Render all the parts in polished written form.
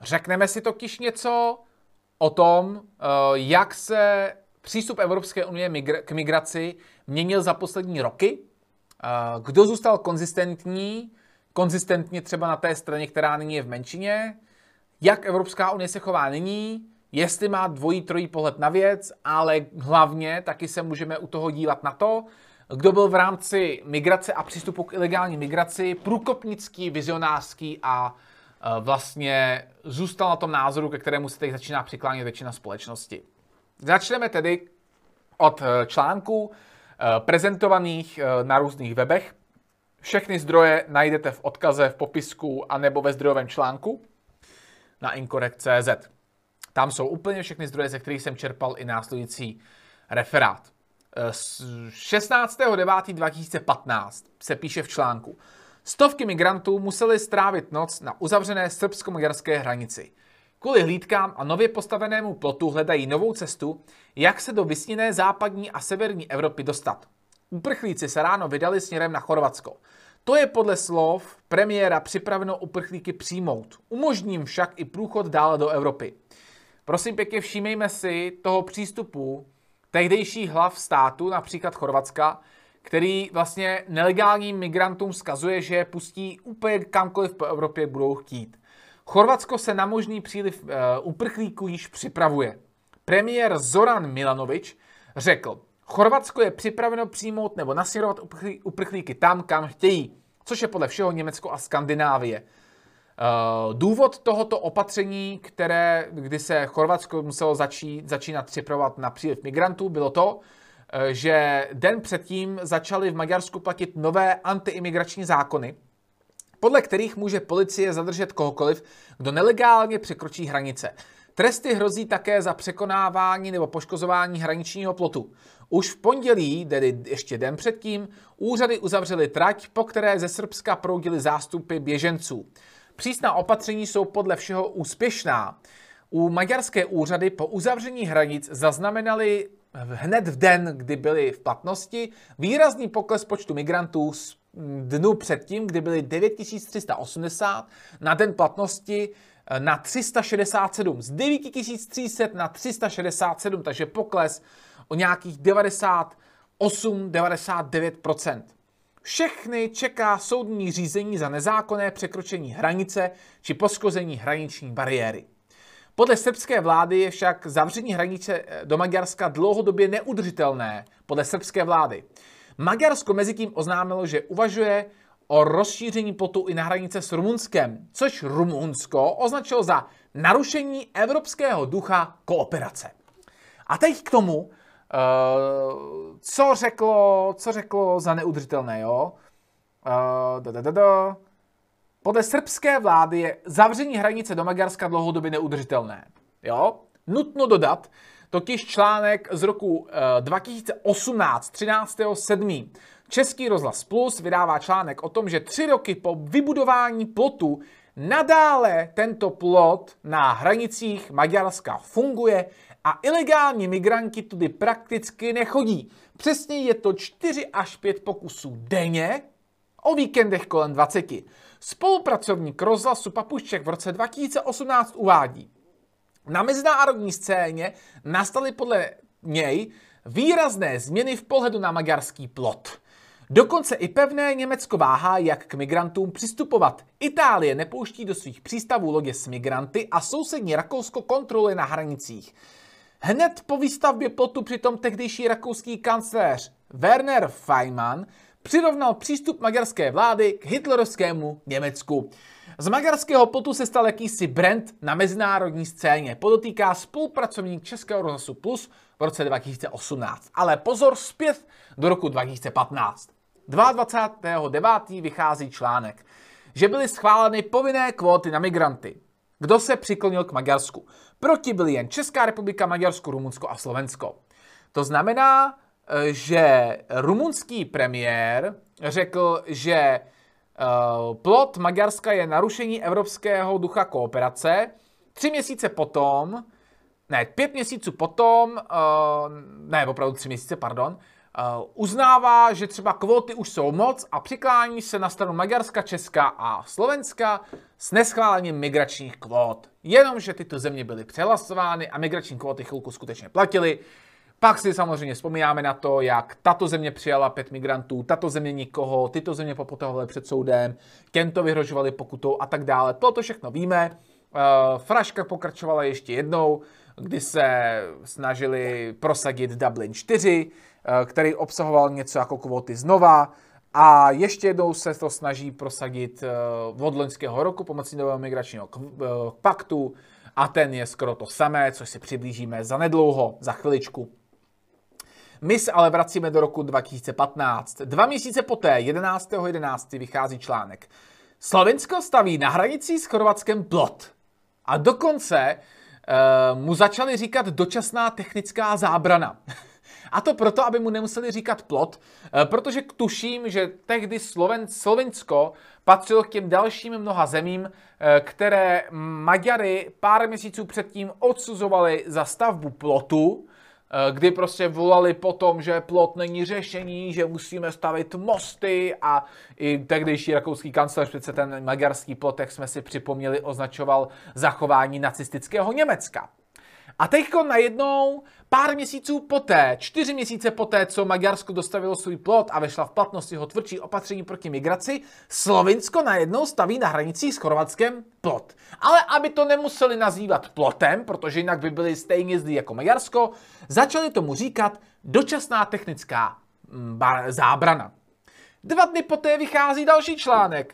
Řekneme si totiž něco o tom, jak se přístup Evropské unie k migraci měnil za poslední roky, kdo zůstal konzistentně třeba na té straně, která nyní je v menšině, jak Evropská unie se chová nyní, jestli má dvojí, trojí pohled na věc, ale hlavně taky se můžeme u toho dívat na to, kdo byl v rámci migrace a přístupu k ilegální migraci průkopnický, vizionářský a vlastně zůstal na tom názoru, ke kterému se teď začíná přiklánět většina společnosti. Začneme tedy od článků prezentovaných na různých webech. Všechny zdroje najdete v odkaze v popisku anebo ve zdrojovém článku na incorrect.cz. Tam jsou úplně všechny zdroje, ze kterých jsem čerpal i následující referát. 16.9.2015 se píše v článku: stovky migrantů museli strávit noc na uzavřené srbsko-maďarské hranici. Kvůli hlídkám a nově postavenému plotu hledají novou cestu, jak se do vysněné západní a severní Evropy dostat. Uprchlíci se ráno vydali směrem na Chorvatsko. To je podle slov premiéra připraveno uprchlíky přijmout. Umožním však i průchod dále do Evropy. Prosím pěkně, všímejme si toho přístupu tehdejších hlav státu, například Chorvatska, který vlastně nelegálním migrantům vzkazuje, že je pustí úplně kamkoliv po Evropě budou chtít. Chorvatsko se na možný příliv uprchlíků již připravuje. Premiér Zoran Milanović řekl: Chorvatsko je připraveno přijmout nebo nasměrovat uprchlíky tam, kam chtějí, což je podle všeho Německo a Skandinávie. Důvod tohoto opatření, kdy se Chorvatsko muselo začínat připravovat na příliv migrantů, bylo to, že den předtím začaly v Maďarsku platit nové antiimigrační zákony, podle kterých může policie zadržet kohokoliv, kdo nelegálně překročí hranice. Tresty hrozí také za překonávání nebo poškozování hraničního plotu. Už v pondělí, tedy ještě den předtím, úřady uzavřely trať, po které ze Srbska proudily zástupy běženců. Přísná opatření jsou podle všeho úspěšná. U maďarské úřady po uzavření hranic zaznamenali hned v den, kdy byly v platnosti, výrazný pokles počtu migrantů z dnu předtím, kdy byly 9380, na den platnosti na 367. Z 9300 na 367, takže pokles o nějakých 98-99%. Všechny čeká soudní řízení za nezákonné překročení hranice či poškození hraniční bariéry. Podle srbské vlády je však zavření hranice do Maďarska dlouhodobě neudržitelné. Podle srbské vlády. Maďarsko mezitím oznámilo, že uvažuje o rozšíření plotu i na hranice s Rumunskem, což Rumunsko označilo za narušení evropského ducha kooperace. A teď k tomu, co řeklo za neudržitelné, jo? Podle srbské vlády je zavření hranice do Maďarska dlouhodobě neudržitelné. Jo? Nutno dodat, totiž článek z roku 2018, 13.7. Český rozhlas Plus vydává článek o tom, že 3 roky po vybudování plotu nadále tento plot na hranicích Maďarska funguje a ilegální migranti tudy prakticky nechodí. Přesně je to 4 až 5 pokusů denně, o víkendech kolem 20. Spolupracovník rozhlasu Papušček v roce 2018 uvádí: na mezinárodní scéně nastaly podle něj výrazné změny v pohledu na maďarský plot. Dokonce i pevné Německo váhá, jak k migrantům přistupovat. Itálie nepouští do svých přístavů lodě s migranty a sousední Rakousko kontroluje na hranicích. Hned po výstavbě plotu přitom tehdejší rakouský kancléř Werner Faymann přirovnal přístup maďarské vlády k hitlerovskému Německu. Z maďarského plotu se stal jakýsi brand na mezinárodní scéně, podotýká spolupracovník Českého rozhlasu Plus v roce 2018. Ale pozor, zpět do roku 2015. 22.9. vychází článek, že byly schváleny povinné kvóty na migranty. Kdo se přiklonil k Maďarsku? Proti byly jen Česká republika, Maďarsko, Rumunsko a Slovensko. To znamená, že rumunský premiér řekl, že plot Maďarska je narušení evropského ducha kooperace. 5 měsíců potom, opravdu 3 měsíce, pardon, Uznává, že třeba kvóty už jsou moc a přiklání se na stranu Maďarska, Česka a Slovenska s neschválením migračních kvót. Jenomže tyto země byly přehlasovány a migrační kvóty chvilku skutečně platily. Pak si samozřejmě vzpomínáme na to, jak tato země přijala 5 migrantů, tato země nikoho, tyto země popotahovaly před soudem, těmto vyhrožovali pokutou a tak dále. To všechno víme. Fraška pokračovala ještě jednou, kdy se snažili prosadit Dublin 4, který obsahoval něco jako kvóty znova. A ještě jednou se to snaží prosadit od loňského roku pomocí nového migračního paktu. A ten je skoro to samé, což si přiblížíme zanedlouho, za chviličku. My se ale vracíme do roku 2015. 2 měsíce poté, 11.11. vychází článek. Slovinsko staví na hranici s Chorvatskem plot. A dokonce mu začali říkat dočasná technická zábrana. A to proto, aby mu nemuseli říkat plot, protože tuším, že tehdy Slovinsko patřilo k těm dalším mnoha zemím, které Maďary pár měsíců předtím odsuzovali za stavbu plotu, kdy prostě volali po tom, že plot není řešení, že musíme stavit mosty a i tehdejší rakouský kancléř přece ten maďarský plot, jak jsme si připomněli, označoval zachování nacistického Německa. A teďko najednou pár měsíců poté, 4 měsíce poté, co Maďarsko dostavilo svůj plot a vešla v platnost jeho tvrdší opatření proti migraci, Slovinsko najednou staví na hranicích s Chorvatskem plot. Ale aby to nemuseli nazývat plotem, protože jinak by byli stejně zlí jako Maďarsko, začali tomu říkat dočasná technická zábrana. 2 dny poté vychází další článek.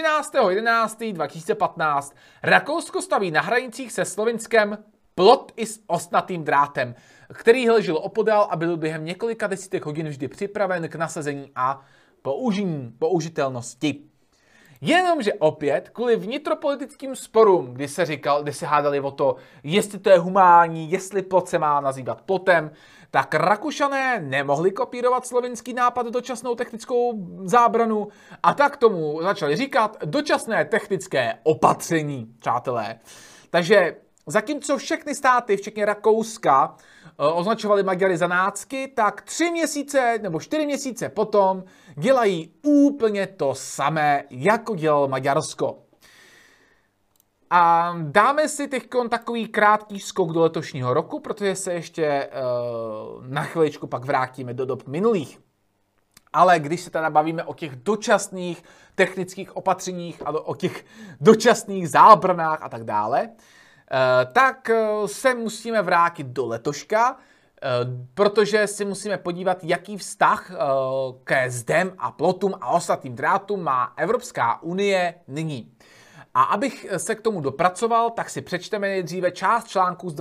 13.11.2015. Rakousko staví na hranicích se Slovinskem plot i s ostnatým drátem, který ležel opodál a byl během několika desítek hodin vždy připraven k nasazení a použitelnosti. Jenomže opět kvůli vnitropolitickým sporům, kdy se hádali o to, jestli to je humánní, jestli plot se má nazývat plotem, tak Rakušané nemohli kopírovat slovinský nápad dočasnou technickou zábranu a tak tomu začali říkat dočasné technické opatření, přátelé. Takže zatímco všechny státy, včetně Rakouska, označovali Maďary za nácky, tak 3 měsíce nebo 4 měsíce potom dělají úplně to samé, jako dělalo Maďarsko. A dáme si teď takový krátký skok do letošního roku, protože se ještě na chviličku pak vrátíme do dob minulých. Ale když se teda bavíme o těch dočasných technických opatřeních a o těch dočasných zábranách a tak dále, tak se musíme vrátit do letoška, protože si musíme podívat, jaký vztah ke zdem a plotům a ostatním drátům má Evropská unie nyní. A abych se k tomu dopracoval, tak si přečteme nejdříve část článku z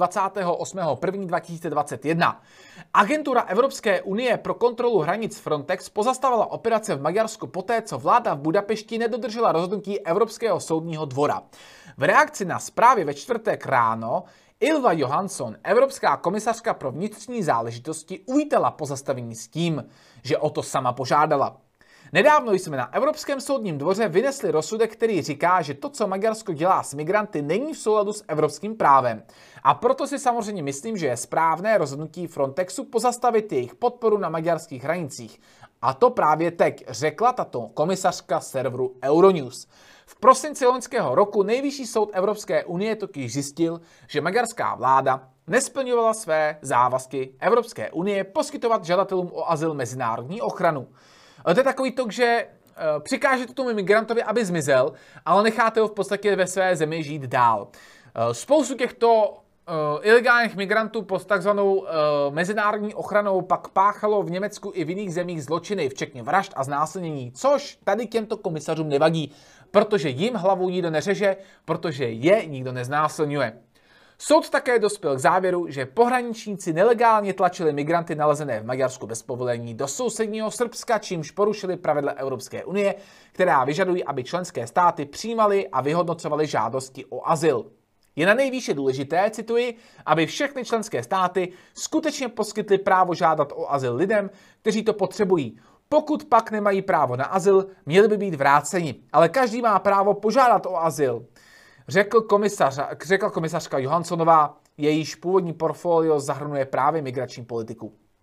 28.1.2021. Agentura Evropské unie pro kontrolu hranic Frontex pozastavila operace v Maďarsku poté, co vláda v Budapešti nedodržela rozhodnutí Evropského soudního dvora. V reakci na zprávy ve čtvrtek ráno Ylva Johansson, evropská komisařka pro vnitřní záležitosti, uvítala pozastavení s tím, že o to sama požádala. Nedávno jsme na Evropském soudním dvoře vynesli rozsudek, který říká, že to, co Maďarsko dělá s migranty, není v souladu s evropským právem. A proto si samozřejmě myslím, že je správné rozhodnutí Frontexu pozastavit jejich podporu na maďarských hranicích. A to právě teď, řekla tato komisařka serveru Euronews. V prosinci loňského roku Nejvyšší soud Evropské unie totiž zjistil, že maďarská vláda nesplňovala své závazky Evropské unie poskytovat žadatelům o azyl mezinárodní ochranu. To je takový to, že přikážete tomu migrantovi, aby zmizel, ale necháte ho v podstatě ve své zemi žít dál. Spoustu těchto ilegálních migrantů pod takzvanou mezinárodní ochranou pak páchalo v Německu i v jiných zemích zločiny, včetně vražd a znásilnění, což tady těmto komisařům nevadí, protože jim hlavu nikdo neřeže, protože je nikdo neznásilňuje. Soud také dospěl k závěru, že pohraničníci nelegálně tlačili migranty nalezené v Maďarsku bez povolení do sousedního Srbska, čímž porušili pravidla Evropské unie, která vyžadují, aby členské státy přijímaly a vyhodnocovaly žádosti o azyl. Je na nejvýše důležité, cituji, aby všechny členské státy skutečně poskytly právo žádat o azyl lidem, kteří to potřebují. Pokud pak nemají právo na azyl, měli by být vráceni, ale každý má právo požádat o azyl. Řekla komisařka Johanssonová, jejíž původní portfolio zahrnuje právě migrační politiku.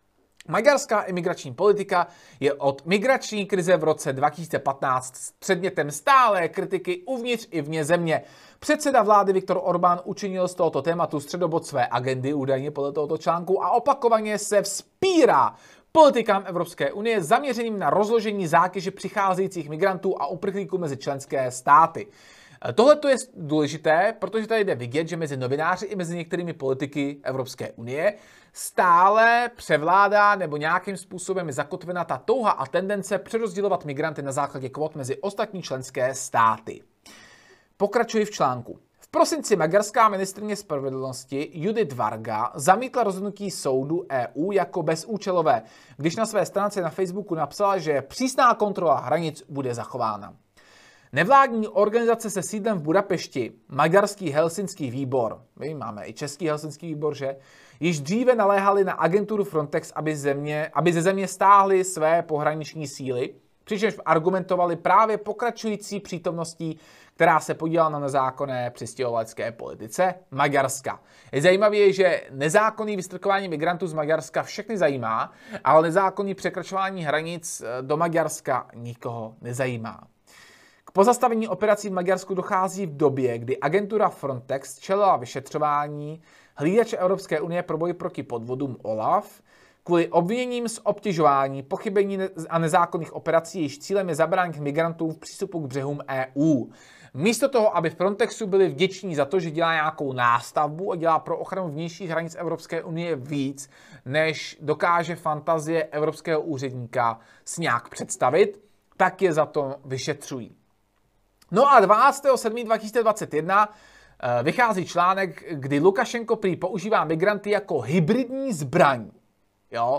Maďarská imigrační politika je od migrační krize v roce 2015 předmětem stálé kritiky uvnitř i vně země. Předseda vlády Viktor Orbán učinil z tohoto tématu středobod své agendy, údajně podle tohoto článku, a opakovaně se vzpírá politikám Evropské unie zaměřeným na rozložení zátěže přicházejících migrantů a uprchlíků mezi členské státy. Tohle je důležité, protože tady jde vidět, že mezi novináři i mezi některými politiky Evropské unie stále převládá nebo nějakým způsobem je zakotvena ta touha a tendence přerozdělovat migranty na základě kvót mezi ostatní členské státy. Pokračuji v článku. V prosinci maďarská ministryně spravedlnosti Judith Varga zamítla rozhodnutí soudu EU jako bezúčelové, když na své stránce na Facebooku napsala, že přísná kontrola hranic bude zachována. Nevládní organizace se sídlem v Budapešti, Maďarský helsinský výbor, my máme i Český helsinský výbor, že, již dříve naléhali na agenturu Frontex, aby ze země stáhly své pohraniční síly, přičemž argumentovali právě pokračující přítomností, která se podílela na nezákonné přistěhovalecké politice Maďarska. Je zajímavé, že nezákonné vystrkování migrantů z Maďarska všechny zajímá, ale nezákonné překračování hranic do Maďarska nikoho nezajímá. K pozastavení operací v Maďarsku dochází v době, kdy agentura Frontex čelila vyšetřování hlídače Evropské unie pro boj proti podvodům OLAF kvůli obviněním z obtěžování, pochybení a nezákonných operací, jejichž cílem je zabránit migrantům v přístupu k břehům EU. Místo toho, aby Frontexu byli vděční za to, že dělá nějakou nástavbu a dělá pro ochranu vnějších hranic Evropské unie víc, než dokáže fantazie evropského úředníka si nějak představit, tak je za to vyšetřují. No a 12.7.2021 vychází článek, kdy Lukašenko prý používá migranty jako hybridní zbraň. Jo?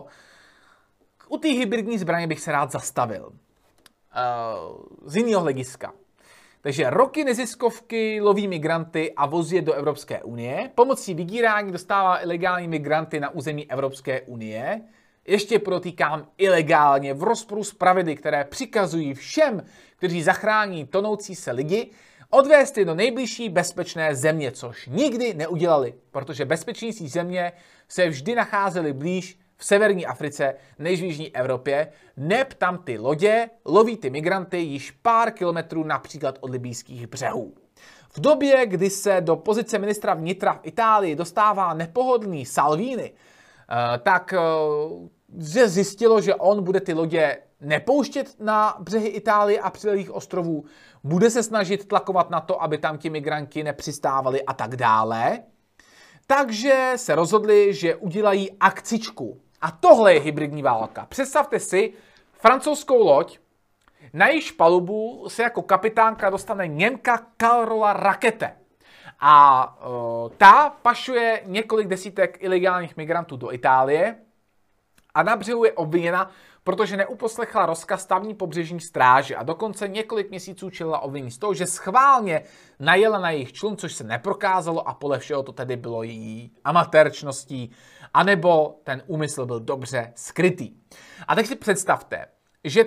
U té hybridní zbraně bych se rád zastavil. Z jiného hlediska. Takže roky neziskovky loví migranty a vozí je do Evropské unie. Pomocí vydírání dostává ilegální migranty na území Evropské unie. Ještě protýkám ilegálně v rozporu s pravidly, které přikazují všem, kteří zachrání tonoucí se lidi, odvést je do nejbližší bezpečné země, což nikdy neudělali, protože bezpečnější země se vždy nacházely blíž v severní Africe než v jižní Evropě, neb tam ty lodě loví ty migranty již pár kilometrů například od libýských břehů. V době, kdy se do pozice ministra vnitra v Itálii dostává nepohodlný Salvini, tak zjistilo, že on bude ty lodě nepouštět na břehy Itálie a přilehlých ostrovů, bude se snažit tlakovat na to, aby tam ti migranti nepřistávali a tak dále. Takže se rozhodli, že udělají akcičku. A tohle je hybridní válka. Představte si francouzskou loď, na jejíž palubu se jako kapitánka dostane Němka Carola Rakete. A ta pašuje několik desítek ilegálních migrantů do Itálie a na břehu je obviněna, protože neuposlechla rozkaz tamní pobřežní stráže a dokonce několik měsíců čelila obvinění z toho, že schválně najela na jejich člun, což se neprokázalo a podle všeho to tedy bylo její amatérčností, anebo ten úmysl byl dobře skrytý. A tak si představte, že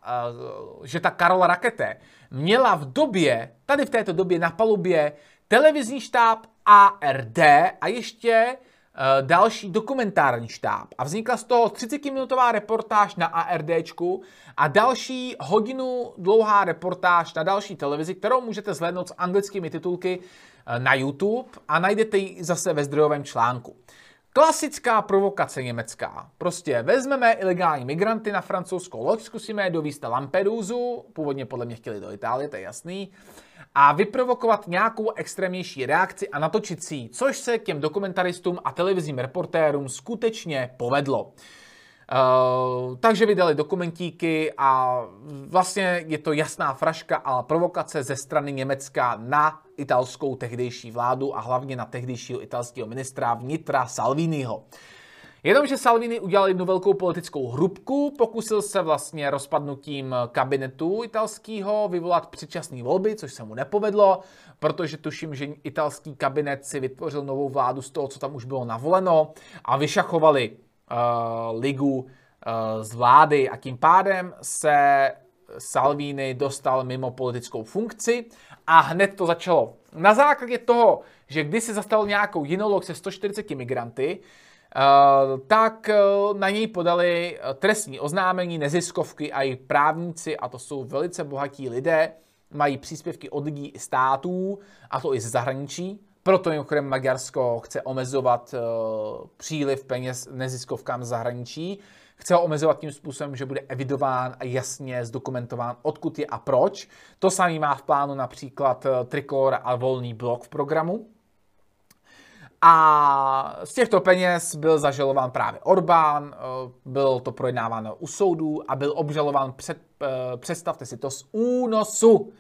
ta Carola Rakete měla tady v této době na palubě televizní štáb ARD a ještě další dokumentární štáb. A vznikla z toho 30-minutová reportáž na ARDčku a další hodinu dlouhá reportáž na další televizi, kterou můžete zhlédnout s anglickými titulky na YouTube a najdete ji zase ve zdrojovém článku. Klasická provokace německá. Prostě vezmeme ilegální migranty na francouzskou loď, zkusíme je dovízt na Lampedusu, původně podle mě chtěli do Itálie, to je jasný, a vyprovokovat nějakou extrémnější reakci a natočit si ji, což se těm dokumentaristům a televizním reportérům skutečně povedlo. Takže vydali dokumentíky a vlastně je to jasná fraška a provokace ze strany Německa na italskou tehdejší vládu a hlavně na tehdejšího italského ministra vnitra Salviniho. Jenomže Salvini udělal jednu velkou politickou hrubku, pokusil se vlastně rozpadnutím kabinetu italského vyvolat předčasné volby, což se mu nepovedlo, protože tuším, že italský kabinet si vytvořil novou vládu z toho, co tam už bylo navoleno a vyšachovali ligu z vlády a tím pádem se Salvini dostal mimo politickou funkci a hned to začalo. Na základě toho, že když se zastavil nějakou jinou loď se 140 migranty, tak na něj podali trestní oznámení neziskovky a i právníci, a to jsou velice bohatí lidé, mají příspěvky od lidí i států, a to i ze zahraničí. Proto mimochodem Maďarsko chce omezovat příliv peněz neziskovkám z zahraničí. Chce ho omezovat tím způsobem, že bude evidován a jasně zdokumentován, odkud je a proč. To samé má v plánu například Trikolora a Volný blok v programu. A z těchto peněz byl zažalován právě Orbán, bylo to projednáváno u soudů a byl obžalován představte si to, z únosu.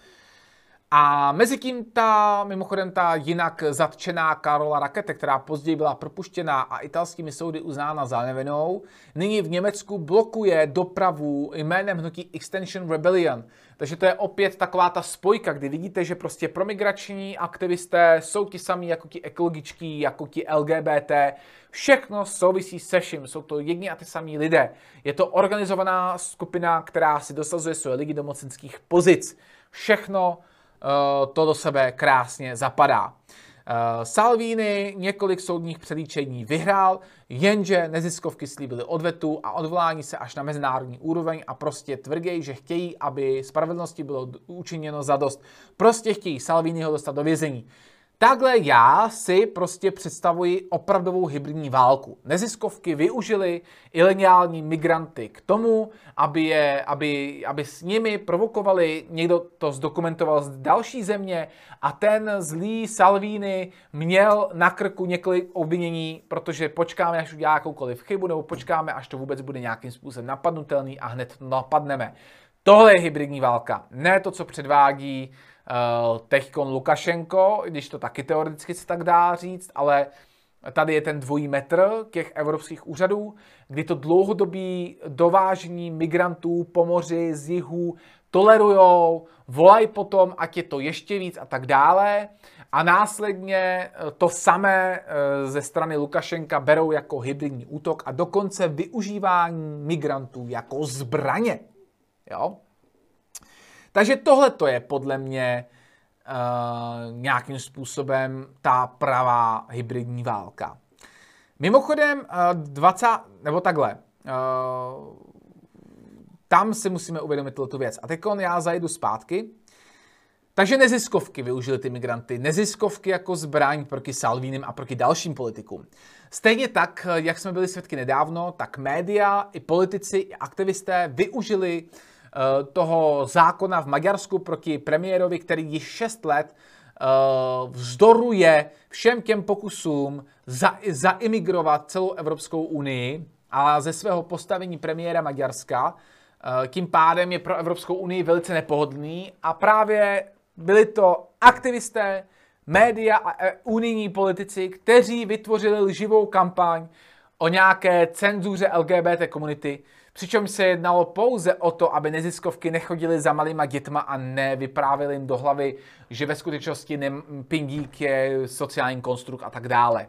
A mezitím mimochodem ta jinak zatčená Carola Rackete, která později byla propuštěná a italskými soudy uznána za nevinnou, nyní v Německu blokuje dopravu jménem hnutí Extinction Rebellion. Takže to je opět taková ta spojka, kdy vidíte, že prostě promigrační aktivisté jsou ti samí jako ti ekologičtí, jako ti LGBT. Všechno souvisí se vším, jsou to jedni a ty samí lidé. Je to organizovaná skupina, která si dosazuje své lidi do mocenských pozic. Všechno to do sebe krásně zapadá. Salvini několik soudních předlíčení vyhrál, jenže neziskovky slíbily odvetu a odvolání se až na mezinárodní úroveň a prostě tvrdí, že chtějí, aby spravedlnosti bylo učiněno zadost. Prostě chtějí Salviniho dostat do vězení. Takhle já si prostě představuji opravdovou hybridní válku. Neziskovky využily ilegální migranty k tomu, aby s nimi provokovali, někdo to zdokumentoval z další země a ten zlý Salvini měl na krku několik obvinění, protože počkáme, až udělá jakoukoliv chybu, nebo počkáme, až to vůbec bude nějakým způsobem napadnutelný a hned napadneme. Tohle je hybridní válka, ne to, co předvádí teďkon Lukašenko, když to taky teoreticky se tak dá říct, ale tady je ten dvojí metr těch evropských úřadů, kdy to dlouhodobí dovážení migrantů po moři z jihu tolerujou, volají potom, ať je to ještě víc a tak dále. A následně to samé ze strany Lukašenka berou jako hybridní útok a dokonce využívání migrantů jako zbraně. Jo? Takže tohle to je podle mě nějakým způsobem ta pravá hybridní válka. Mimochodem, tam si musíme uvědomit tuto věc. A teď já zajdu zpátky. Takže neziskovky využily ty migranty. Neziskovky jako zbraň proti Salvinim a proti dalším politikům. Stejně tak, jak jsme byli svědky nedávno, tak média, i politici, i aktivisté využili toho zákona v Maďarsku proti premiérovi, který již 6 let vzdoruje všem těm pokusům zaimigrovat celou Evropskou unii a ze svého postavení premiéra Maďarska tím pádem je pro Evropskou unii velice nepohodlný a právě byli to aktivisté, média a unijní politici, kteří vytvořili lživou kampaň o nějaké cenzuře LGBT komunity, přičemž se jednalo pouze o to, aby neziskovky nechodily za malýma dětma a nevyprávěly jim do hlavy, že ve skutečnosti pindík je sociální konstrukt a tak dále.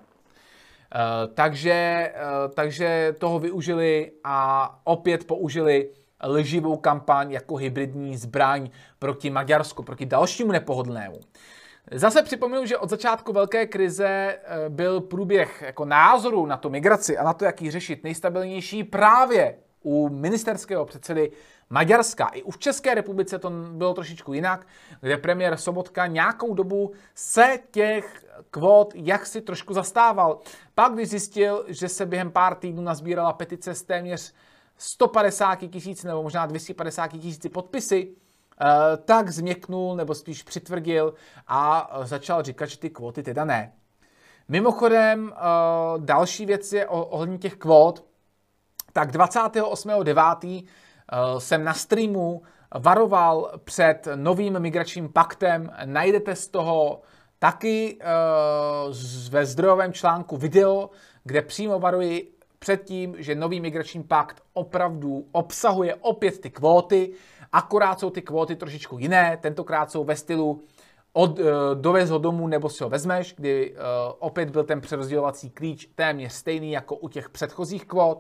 Takže toho využili a opět použili lživou kampaň jako hybridní zbraň proti Maďarsku, proti dalšímu nepohodlnému. Zase připomenu, že od začátku velké krize byl průběh jako názoru na tu migraci a na to, jak ji řešit, nejstabilnější právě u ministerského předsedy Maďarska. I v České republice to bylo trošičku jinak, kde premiér Sobotka nějakou dobu se těch kvót jaksi trošku zastával. Pak, když zjistil, že se během pár týdnů nazbírala petice s téměř 150 000 nebo možná 250 000 podpisy, tak změknul nebo spíš přitvrdil a začal říkat, že ty kvóty teda ne. Mimochodem, další věc je ohledně těch kvót. Tak 28.9. jsem na streamu varoval před novým migračním paktem. Najdete z toho taky ve zdrojovém článku video, kde přímo varuji před tím, že nový migrační pakt opravdu obsahuje opět ty kvóty, akorát jsou ty kvóty trošičku jiné, tentokrát jsou ve stylu dovez ho domů nebo si ho vezmeš, kdy opět byl ten přerozdělovací klíč téměř stejný jako u těch předchozích kvót.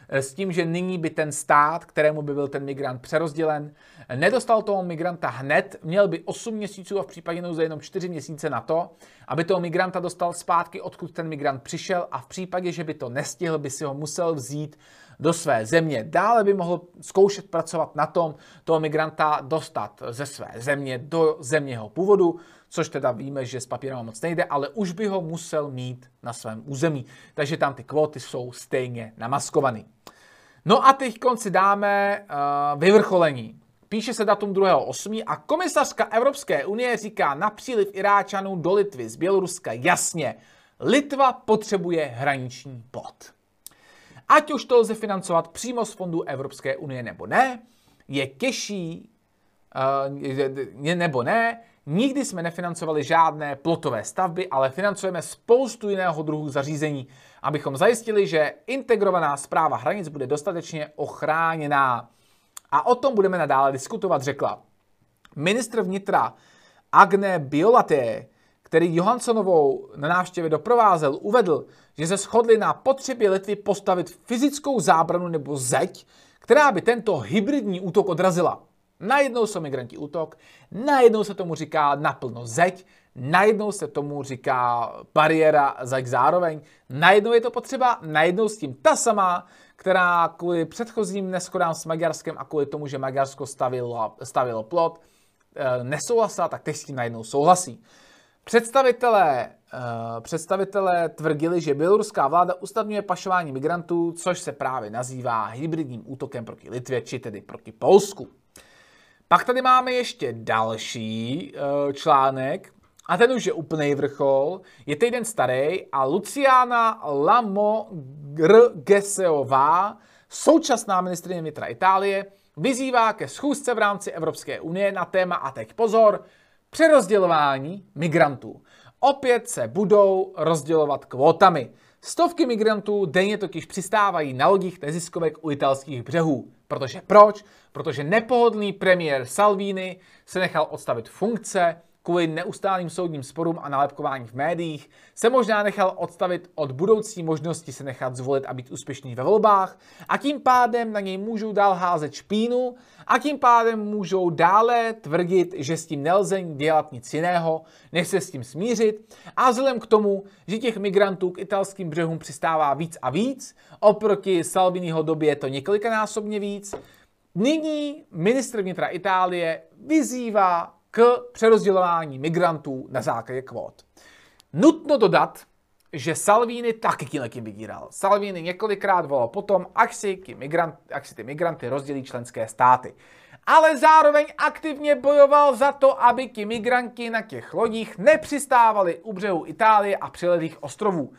s tím, že nyní by ten stát, kterému by byl ten migrant přerozdělen, nedostal toho migranta hned, měl by 8 měsíců a v případě nouze jenom 4 měsíce na to, aby toho migranta dostal zpátky, odkud ten migrant přišel, a v případě, že by to nestihl, by si ho musel vzít do své země. Dále by mohl zkoušet pracovat na tom, toho migranta dostat ze své země do země jeho původu, což teda víme, že s papírem moc nejde, ale už by ho musel mít na svém území. Takže tam ty kvóty jsou stejně namaskované. No a teď konci dáme vyvrcholení. Píše se datum 2.8. a komisařka Evropské unie říká na příliv Iráčanů do Litvy z Běloruska jasně: Litva potřebuje hraniční plot. Ať už to lze financovat přímo z fondů Evropské unie nebo ne, je těžší, nebo ne, nikdy jsme nefinancovali žádné plotové stavby, ale financujeme spoustu jiného druhu zařízení, abychom zajistili, že integrovaná správa hranic bude dostatečně ochráněná. A o tom budeme nadále diskutovat, řekla. Ministr vnitra Agne Biolaté, který Johanssonovou na návštěvě doprovázel, uvedl, že se shodli na potřebě Litvy postavit fyzickou zábranu nebo zeď, která by tento hybridní útok odrazila. Najednou jsou migranti útok, najednou se tomu říká naplno zeď, najednou se tomu říká bariéra zeď zároveň, najednou je to potřeba, najednou s tím ta sama, která kvůli předchozím neschodám s Maďarskem a kvůli tomu, že Maďarsko stavilo plot, nesouhlasila, tak teď s tím najednou souhlasí. Představitelé tvrdili, že běloruská vláda usnadňuje pašování migrantů, což se právě nazývá hybridním útokem proti Litvě, či tedy proti Polsku. Pak tady máme ještě další článek, a ten už je úplný vrchol, je týden starý a Luciana Lamorgheseová, současná ministryně vnitra Itálie, vyzývá ke schůzce v rámci Evropské unie na téma, a teď pozor, přerozdělování migrantů. Opět se budou rozdělovat kvótami. Stovky migrantů denně totiž přistávají na lodích neziskovek u italských břehů. Protože proč? Protože nepohodlný premiér Salvini se nechal odstavit funkce, kvůli neustálým soudním sporům a nálepkování v médiích, se možná nechal odstavit od budoucí možnosti se nechat zvolit a být úspěšný ve volbách, a tím pádem na něj můžou dál házet špínu a tím pádem můžou dále tvrdit, že s tím nelze dělat nic jiného, než se s tím smířit, a vzhledem k tomu, že těch migrantů k italským břehům přistává víc a víc, oproti Salviniho době je to několikanásobně víc, nyní ministr vnitra Itálie vyzývá k přerozdělování migrantů na základě kvót. Nutno dodat, že Salvini taky tímhletím vydíral. Salvini několikrát volal potom, ať si ty migranty rozdělí členské státy. Ale zároveň aktivně bojoval za to, aby ti migranti na těch lodích nepřistávali u břehu Itálie a přilehlých ostrovů.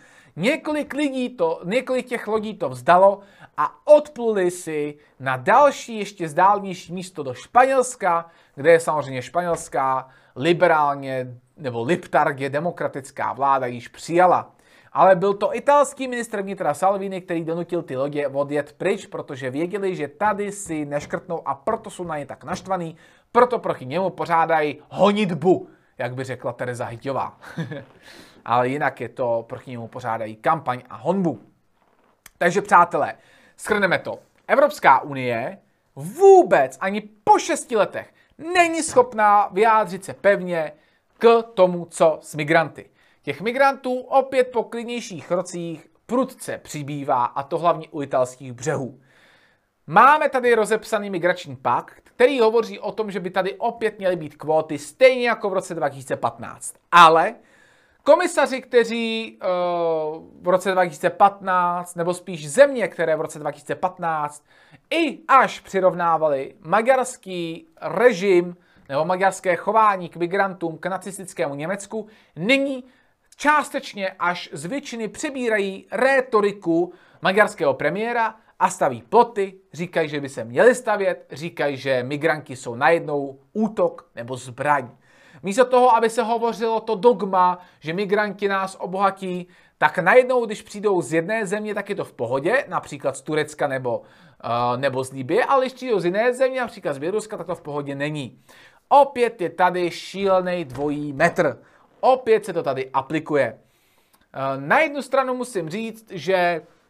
Několik těch lodí to vzdalo a odpluli si na další, ještě vzdálenější místo do Španělska, kde je samozřejmě španělská liberálně nebo liptargie demokratická vláda již přijala. Ale byl to italský ministr vnitra Salvini, který donutil ty lodě odjet pryč, protože věděli, že tady si neškrtnou a proto jsou na ně tak naštvaný, proto proti němu pořádají honitbu, jak by řekla Tereza Hyťová. Ale jinak je to, proti němu pořádají kampaň a honbu. Takže přátelé, shrneme to. Evropská unie vůbec ani po 6 letech není schopná vyjádřit se pevně k tomu, co s migranty. Těch migrantů opět po klidnějších rocích prudce přibývá, a to hlavně u italských břehů. Máme tady rozepsaný migrační pakt, který hovoří o tom, že by tady opět měly být kvóty stejně jako v roce 2015. Ale komisaři, kteří v roce 2015, nebo spíš země, které v roce 2015 i až přirovnávali maďarský režim nebo maďarské chování k migrantům k nacistickému Německu, nyní částečně až z většiny přebírají rétoriku maďarského premiéra a staví ploty, říkají, že by se měly stavět, říkají, že migranti jsou najednou útok nebo zbraň. Místo toho, aby se hovořilo to dogma, že migranti nás obohatí, tak najednou, když přijdou z jedné země, tak je to v pohodě, například z Turecka nebo z Libye, ale když přijdou z jiné země, například z Běloruska, tak to v pohodě není. Opět je tady šílený dvojí metr. Opět se to tady aplikuje. Na jednu stranu musím říct, že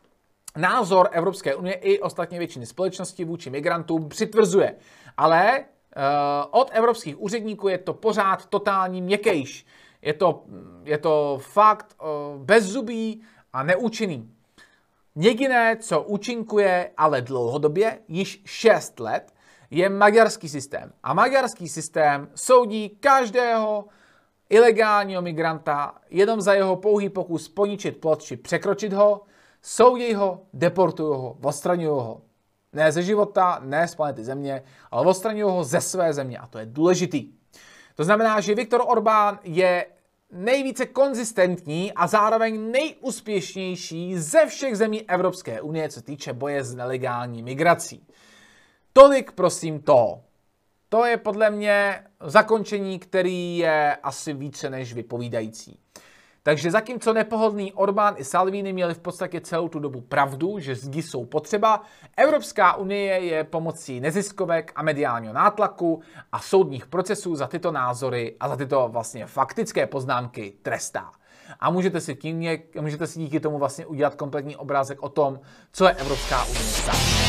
názor Evropské unie i ostatně většiny společnosti vůči migrantům přitvrzuje. Ale od evropských úředníků je to pořád totální měkkejš. Je to fakt bezzubý a neúčinný. Jediné, co účinkuje, ale dlouhodobě, již 6 let, je maďarský systém. A maďarský systém soudí každého ilegálního migranta jenom za jeho pouhý pokus poničit plot či překročit ho, soudí ho, deportují ho, odstraňují ho. Ne ze života, ne z planety Země, ale odstraňují ho ze své země. A to je důležitý. To znamená, že Viktor Orbán je nejvíce konzistentní a zároveň nejúspěšnější ze všech zemí Evropské unie, co týče boje s nelegální migrací. Tolik prosím to. To je podle mě zakončení, který je asi více než vypovídající. Takže zatímco nepohodlný Orbán i Salvini měli v podstatě celou tu dobu pravdu, že zdi jsou potřeba, Evropská unie je pomocí neziskovek a mediálního nátlaku a soudních procesů za tyto názory a za tyto vlastně faktické poznámky trestá. A můžete si díky tomu vlastně udělat kompletní obrázek o tom, co je Evropská unie.